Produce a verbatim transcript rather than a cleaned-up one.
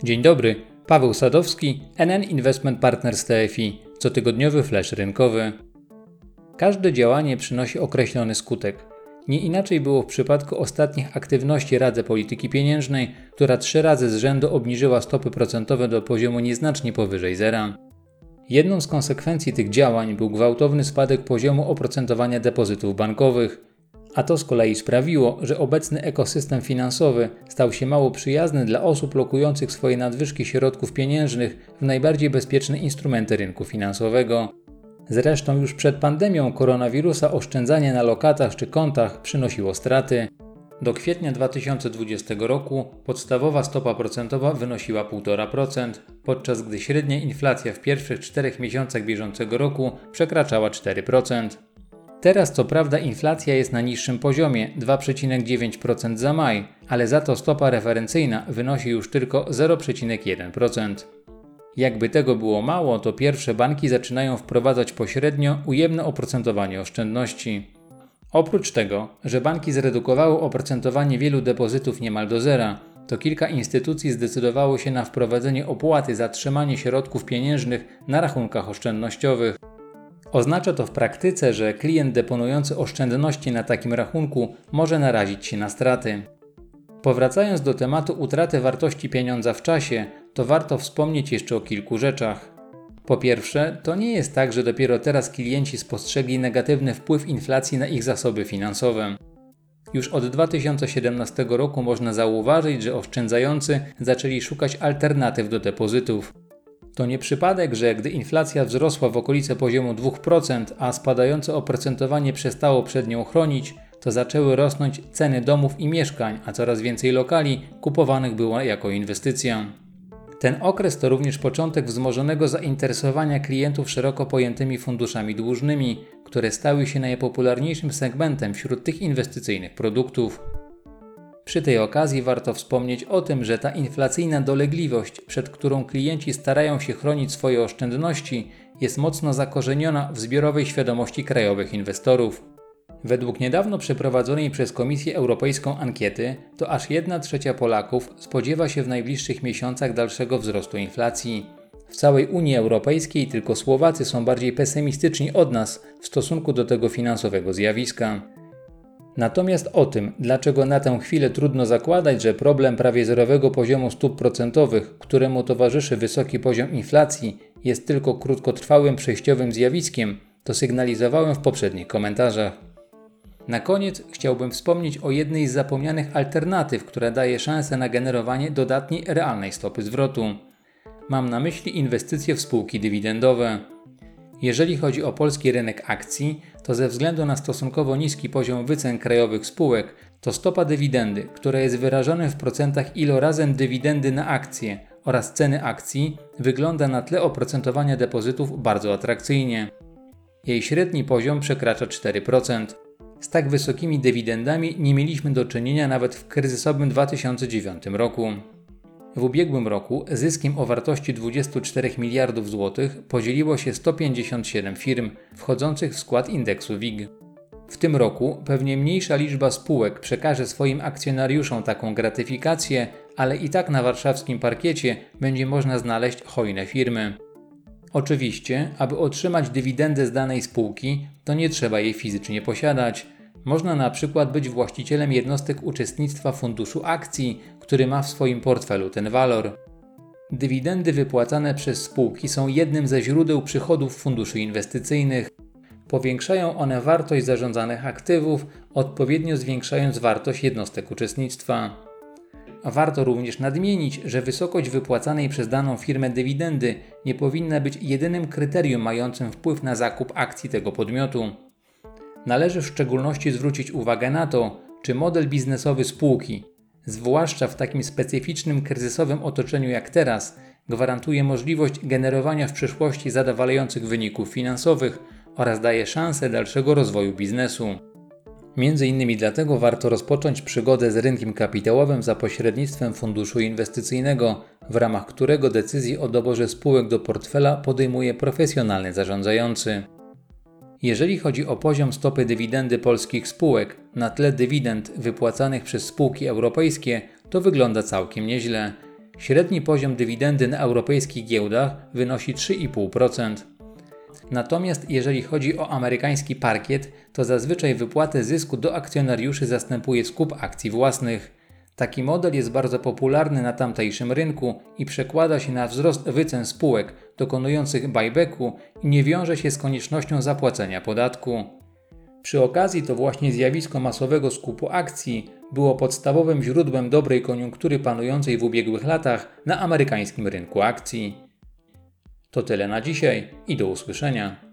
Dzień dobry, Paweł Sadowski, N N Investment Partners T F I, cotygodniowy flash rynkowy. Każde działanie przynosi określony skutek. Nie inaczej było w przypadku ostatnich aktywności Rady Polityki Pieniężnej, która trzy razy z rzędu obniżyła stopy procentowe do poziomu nieznacznie powyżej zera. Jedną z konsekwencji tych działań był gwałtowny spadek poziomu oprocentowania depozytów bankowych, a to z kolei sprawiło, że obecny ekosystem finansowy stał się mało przyjazny dla osób lokujących swoje nadwyżki środków pieniężnych w najbardziej bezpieczne instrumenty rynku finansowego. Zresztą już przed pandemią koronawirusa oszczędzanie na lokatach czy kontach przynosiło straty. Do kwietnia dwa tysiące dwudziestego roku podstawowa stopa procentowa wynosiła półtora procent, podczas gdy średnia inflacja w pierwszych czterech miesiącach bieżącego roku przekraczała cztery procent. Teraz co prawda inflacja jest na niższym poziomie dwa przecinek dziewięć procent za maj, ale za to stopa referencyjna wynosi już tylko zero przecinek jeden procent. Jakby tego było mało, to pierwsze banki zaczynają wprowadzać pośrednio ujemne oprocentowanie oszczędności. Oprócz tego, że banki zredukowały oprocentowanie wielu depozytów niemal do zera, to kilka instytucji zdecydowało się na wprowadzenie opłaty za trzymanie środków pieniężnych na rachunkach oszczędnościowych. Oznacza to w praktyce, że klient deponujący oszczędności na takim rachunku może narazić się na straty. Powracając do tematu utraty wartości pieniądza w czasie, to warto wspomnieć jeszcze o kilku rzeczach. Po pierwsze, to nie jest tak, że dopiero teraz klienci spostrzegli negatywny wpływ inflacji na ich zasoby finansowe. Już od dwa tysiące siedemnastego roku można zauważyć, że oszczędzający zaczęli szukać alternatyw do depozytów. To nie przypadek, że gdy inflacja wzrosła w okolice poziomu dwa procent, a spadające oprocentowanie przestało przed nią chronić, to zaczęły rosnąć ceny domów i mieszkań, a coraz więcej lokali kupowanych było jako inwestycja. Ten okres to również początek wzmożonego zainteresowania klientów szeroko pojętymi funduszami dłużnymi, które stały się najpopularniejszym segmentem wśród tych inwestycyjnych produktów. Przy tej okazji warto wspomnieć o tym, że ta inflacyjna dolegliwość, przed którą klienci starają się chronić swoje oszczędności, jest mocno zakorzeniona w zbiorowej świadomości krajowych inwestorów. Według niedawno przeprowadzonej przez Komisję Europejską ankiety, to aż jedna trzecia Polaków spodziewa się w najbliższych miesiącach dalszego wzrostu inflacji. W całej Unii Europejskiej tylko Słowacy są bardziej pesymistyczni od nas w stosunku do tego finansowego zjawiska. Natomiast o tym, dlaczego na tę chwilę trudno zakładać, że problem prawie zerowego poziomu stóp procentowych, któremu towarzyszy wysoki poziom inflacji, jest tylko krótkotrwałym przejściowym zjawiskiem, to sygnalizowałem w poprzednich komentarzach. Na koniec chciałbym wspomnieć o jednej z zapomnianych alternatyw, która daje szansę na generowanie dodatniej realnej stopy zwrotu. Mam na myśli inwestycje w spółki dywidendowe. Jeżeli chodzi o polski rynek akcji, to ze względu na stosunkowo niski poziom wycen krajowych spółek, to stopa dywidendy, która jest wyrażona w procentach ilorazem dywidendy na akcję oraz ceny akcji, wygląda na tle oprocentowania depozytów bardzo atrakcyjnie. Jej średni poziom przekracza cztery procent. Z tak wysokimi dywidendami nie mieliśmy do czynienia nawet w kryzysowym dwa tysiące dziewiątym roku. W ubiegłym roku zyskiem o wartości dwadzieścia cztery miliardów złotych podzieliło się sto pięćdziesiąt siedem firm wchodzących w skład indeksu W I G. W tym roku pewnie mniejsza liczba spółek przekaże swoim akcjonariuszom taką gratyfikację, ale i tak na warszawskim parkiecie będzie można znaleźć hojne firmy. Oczywiście, aby otrzymać dywidendę z danej spółki, to nie trzeba jej fizycznie posiadać. Można na przykład być właścicielem jednostek uczestnictwa funduszu akcji, który ma w swoim portfelu ten walor. Dywidendy wypłacane przez spółki są jednym ze źródeł przychodów funduszy inwestycyjnych. Powiększają one wartość zarządzanych aktywów, odpowiednio zwiększając wartość jednostek uczestnictwa. Warto również nadmienić, że wysokość wypłacanej przez daną firmę dywidendy nie powinna być jedynym kryterium mającym wpływ na zakup akcji tego podmiotu. Należy w szczególności zwrócić uwagę na to, czy model biznesowy spółki, zwłaszcza w takim specyficznym kryzysowym otoczeniu jak teraz, gwarantuje możliwość generowania w przyszłości zadowalających wyników finansowych oraz daje szansę dalszego rozwoju biznesu. Między innymi dlatego warto rozpocząć przygodę z rynkiem kapitałowym za pośrednictwem funduszu inwestycyjnego, w ramach którego decyzję o doborze spółek do portfela podejmuje profesjonalny zarządzający. Jeżeli chodzi o poziom stopy dywidendy polskich spółek na tle dywidend wypłacanych przez spółki europejskie, to wygląda całkiem nieźle. Średni poziom dywidendy na europejskich giełdach wynosi trzy i pół procent. Natomiast jeżeli chodzi o amerykański parkiet, to zazwyczaj wypłatę zysku do akcjonariuszy zastępuje skup akcji własnych. Taki model jest bardzo popularny na tamtejszym rynku i przekłada się na wzrost wycen spółek dokonujących buybacku i nie wiąże się z koniecznością zapłacenia podatku. Przy okazji to właśnie zjawisko masowego skupu akcji było podstawowym źródłem dobrej koniunktury panującej w ubiegłych latach na amerykańskim rynku akcji. To tyle na dzisiaj i do usłyszenia.